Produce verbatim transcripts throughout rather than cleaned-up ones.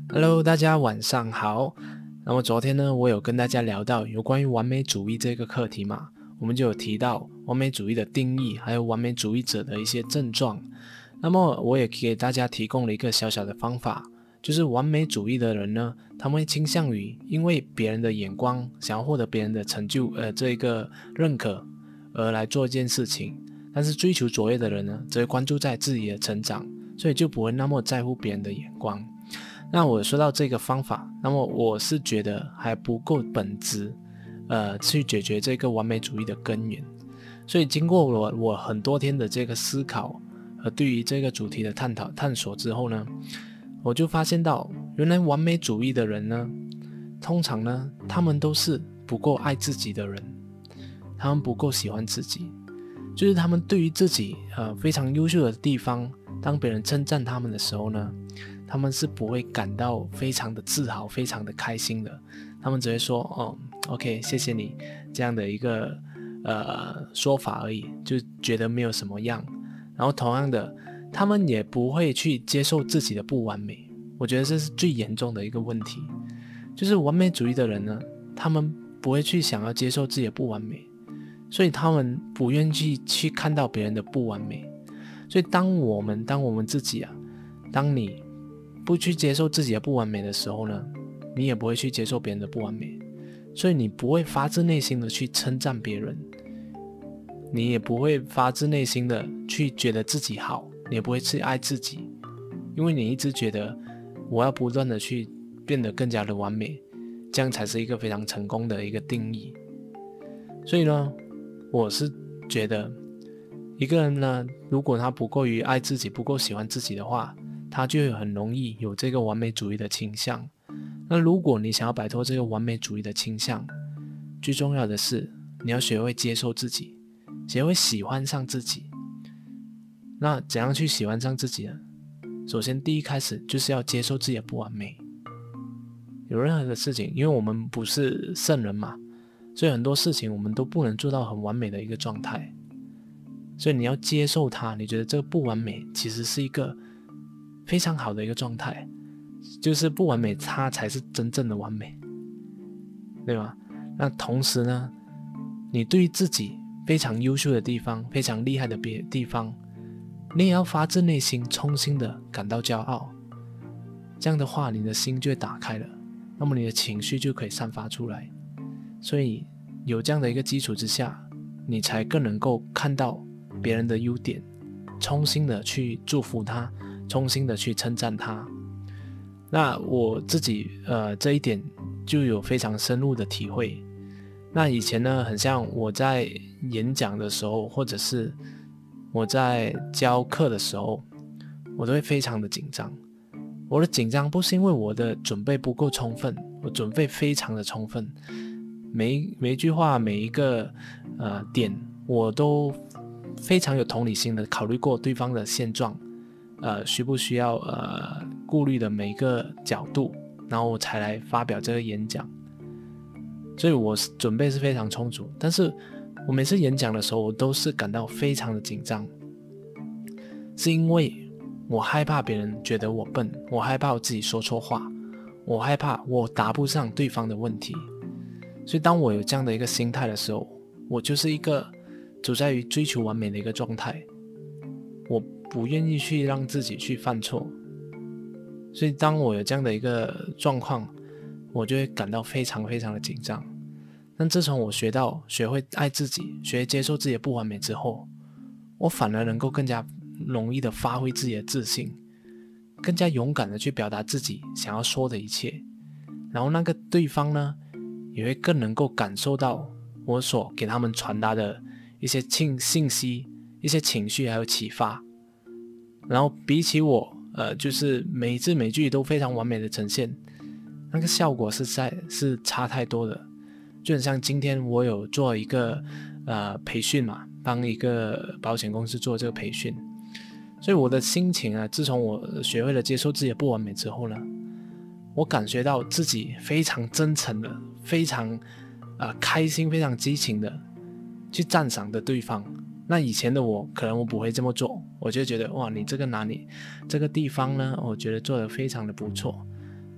Hello，大家晚上好。那么昨天呢，我有跟大家聊到有关于完美主义这个课题嘛，我们就有提到完美主义的定义，还有完美主义者的一些症状。那么我也给大家提供了一个小小的方法，就是完美主义的人呢，他们会倾向于因为别人的眼光，想要获得别人的成就，呃，这个认可而来做一件事情。但是追求卓越的人呢，则会关注在自己的成长，所以就不会那么在乎别人的眼光。那我说到这个方法，那么我是觉得还不够本质，呃，去解决这个完美主义的根源。所以经过我我很多天的这个思考和对于这个主题的探讨探索之后呢，我就发现到，原来完美主义的人呢，通常呢，他们都是不够爱自己的人，他们不够喜欢自己，就是他们对于自己呃非常优秀的地方，当别人称赞他们的时候呢，他们是不会感到非常的自豪非常的开心的，他们只会说哦 OK 谢谢你这样的一个呃说法而已，就觉得没有什么样。然后同样的，他们也不会去接受自己的不完美，我觉得这是最严重的一个问题。就是完美主义的人呢，他们不会去想要接受自己的不完美，所以他们不愿意去看到别人的不完美。所以当我们当我们自己啊，当你不去接受自己的不完美的时候呢，你也不会去接受别人的不完美，所以你不会发自内心的去称赞别人，你也不会发自内心的去觉得自己好，你也不会去爱自己，因为你一直觉得我要不断的去变得更加的完美，这样才是一个非常成功的一个定义。所以呢，我是觉得一个人呢，如果他不够于爱自己，不够喜欢自己的话，他就会很容易有这个完美主义的倾向。那如果你想要摆脱这个完美主义的倾向，最重要的是你要学会接受自己，学会喜欢上自己。那怎样去喜欢上自己呢？首先第一开始就是要接受自己的不完美。有任何的事情，因为我们不是圣人嘛，所以很多事情我们都不能做到很完美的一个状态，所以你要接受它，你觉得这个不完美其实是一个非常好的一个状态，就是不完美它才是真正的完美，对吗？那同时呢，你对于自己非常优秀的地方，非常厉害的别地方，你也要发自内心衷心的感到骄傲，这样的话你的心就会打开了，那么你的情绪就可以散发出来。所以有这样的一个基础之下，你才更能够看到别人的优点，衷心的去祝福他，衷心的去称赞他。那我自己呃这一点就有非常深入的体会。那以前呢，很像我在演讲的时候，或者是我在教课的时候，我都会非常的紧张。我的紧张不是因为我的准备不够充分，我准备非常的充分，每一每一句话每一个呃点我都非常有同理心的考虑过对方的现状，呃需不需要呃顾虑的每一个角度，然后我才来发表这个演讲。所以我准备是非常充足，但是我每次演讲的时候我都是感到非常的紧张，是因为我害怕别人觉得我笨，我害怕我自己说错话，我害怕我答不上对方的问题。所以当我有这样的一个心态的时候，我就是一个处在于追求完美的一个状态，我不愿意去让自己去犯错。所以当我有这样的一个状况，我就会感到非常非常的紧张。但自从我学到学会爱自己，学会接受自己的不完美之后，我反而能够更加容易的发挥自己的自信，更加勇敢的去表达自己想要说的一切。然后那个对方呢，也会更能够感受到我所给他们传达的一些信息，一些情绪还有启发。然后比起我呃，就是每字每句都非常完美的呈现，那个效果是在是差太多的。就很像今天我有做一个呃培训嘛，帮一个保险公司做这个培训，所以我的心情啊，自从我学会了接受自己的不完美之后呢，我感觉到自己非常真诚的，非常呃开心，非常激情的去赞赏的对方。那以前的我可能我不会这么做，我就觉得哇，你这个哪里这个地方呢，我觉得做得非常的不错。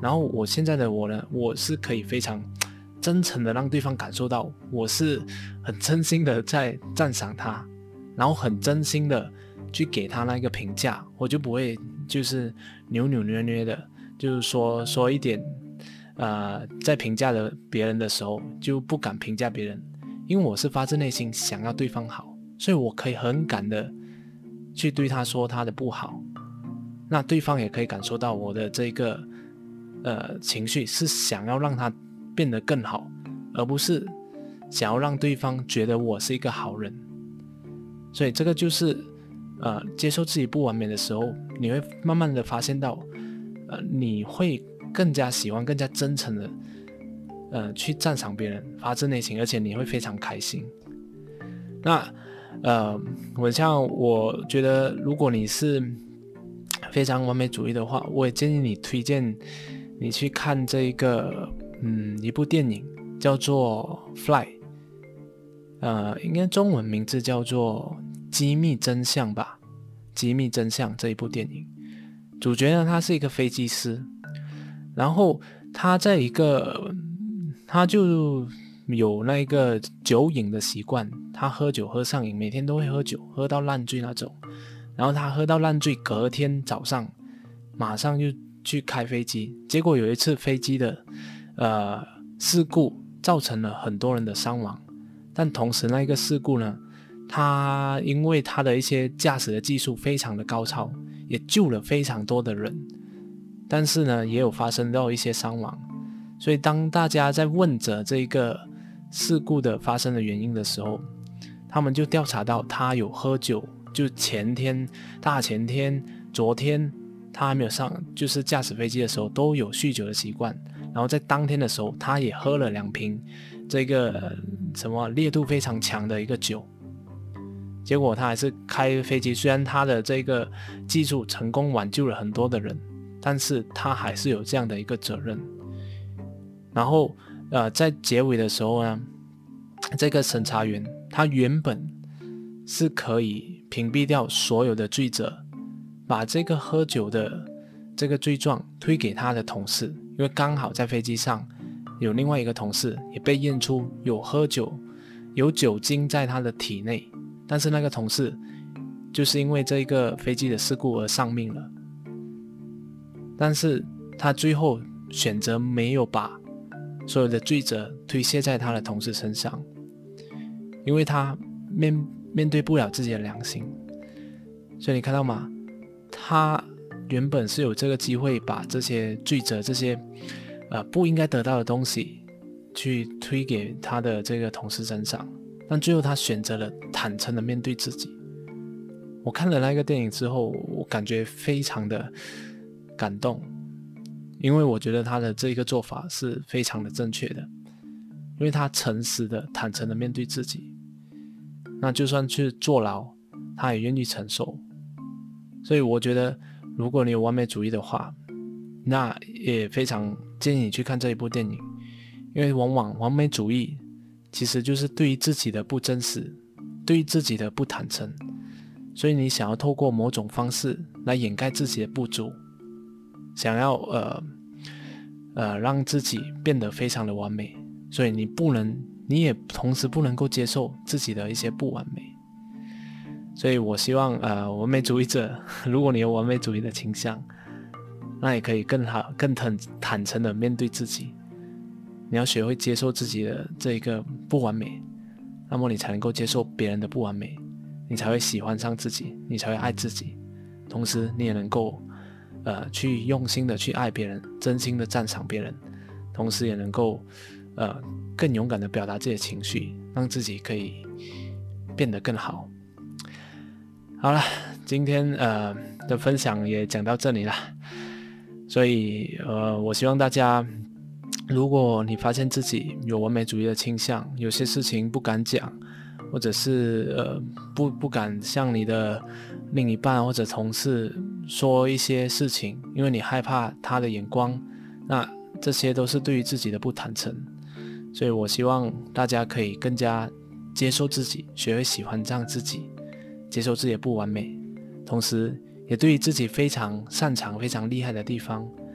然后我现在的我呢，我是可以非常真诚的让对方感受到我是很真心的在赞赏他，然后很真心的去给他那个评价，我就不会就是扭扭捏捏的，就是说说一点呃，在评价的别人的时候就不敢评价别人，因为我是发自内心想要对方好，所以我可以很敢的去对他说他的不好，那对方也可以感受到我的这个呃情绪是想要让他变得更好，而不是想要让对方觉得我是一个好人。所以这个就是呃接受自己不完美的时候，你会慢慢的发现到呃你会更加喜欢更加真诚的呃去赞赏别人，发自内心，而且你会非常开心。那呃我像我觉得如果你是非常完美主义的话，我也建议你推荐你去看这个嗯一部电影叫做 Fly， 呃应该中文名字叫做机密真相吧，机密真相这一部电影，主角呢他是一个飞机师，然后他在一个他就有那个酒瘾的习惯，他喝酒喝上瘾，每天都会喝酒，喝到烂醉那种。然后他喝到烂醉，隔天早上马上就去开飞机，结果有一次飞机的呃事故造成了很多人的伤亡，但同时那个事故呢，他因为他的一些驾驶的技术非常的高超，也救了非常多的人，但是呢也有发生到一些伤亡。所以当大家在问着这个事故的发生的原因的时候，他们就调查到他有喝酒，就前天大前天昨天他还没有上就是驾驶飞机的时候都有酗酒的习惯，然后在当天的时候他也喝了两瓶这个、呃、什么烈度非常强的一个酒，结果他还是开飞机，虽然他的这个技术成功挽救了很多的人，但是他还是有这样的一个责任。然后呃，在结尾的时候呢，这个审查员他原本是可以屏蔽掉所有的罪责，把这个喝酒的这个罪状推给他的同事，因为刚好在飞机上有另外一个同事也被验出有喝酒，有酒精在他的体内，但是那个同事就是因为这个飞机的事故而丧命了，但是他最后选择没有把所有的罪责推卸在他的同事身上，因为他面面对不了自己的良心。所以你看到吗？他原本是有这个机会把这些罪责，这些呃不应该得到的东西去推给他的这个同事身上，但最后他选择了坦诚的面对自己。我看了那个电影之后，我感觉非常的感动，因为我觉得他的这个做法是非常的正确的，因为他诚实的坦诚的面对自己，那就算去坐牢他也愿意承受。所以我觉得如果你有完美主义的话，那也非常建议你去看这一部电影，因为往往完美主义其实就是对于自己的不真实，对于自己的不坦诚，所以你想要透过某种方式来掩盖自己的不足，想要呃呃让自己变得非常的完美，所以你不能，你也同时不能够接受自己的一些不完美。所以我希望呃完美主义者，如果你有完美主义的倾向，那也可以更好更坦坦诚的面对自己。你要学会接受自己的这个不完美，那么你才能够接受别人的不完美，你才会喜欢上自己，你才会爱自己，同时你也能够呃去用心的去爱别人，真心的赞赏别人，同时也能够呃更勇敢的表达自己的情绪，让自己可以变得更好。好了，今天呃的分享也讲到这里了，所以呃我希望大家，如果你发现自己有完美主义的倾向，有些事情不敢讲，或者是呃不不敢向你的另一半或者同事说一些事情，因为你害怕他的眼光，那这些都是对于自己的不坦诚。所以我希望大家可以更加接受自己，学会喜欢上自己，接受自己的不完美，同时也对于自己非常擅长非常厉害的地方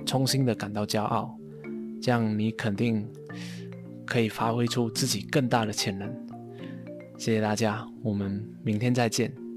衷心的感到骄傲，这样你肯定可以发挥出自己更大的潜能。谢谢大家，我们明天再见。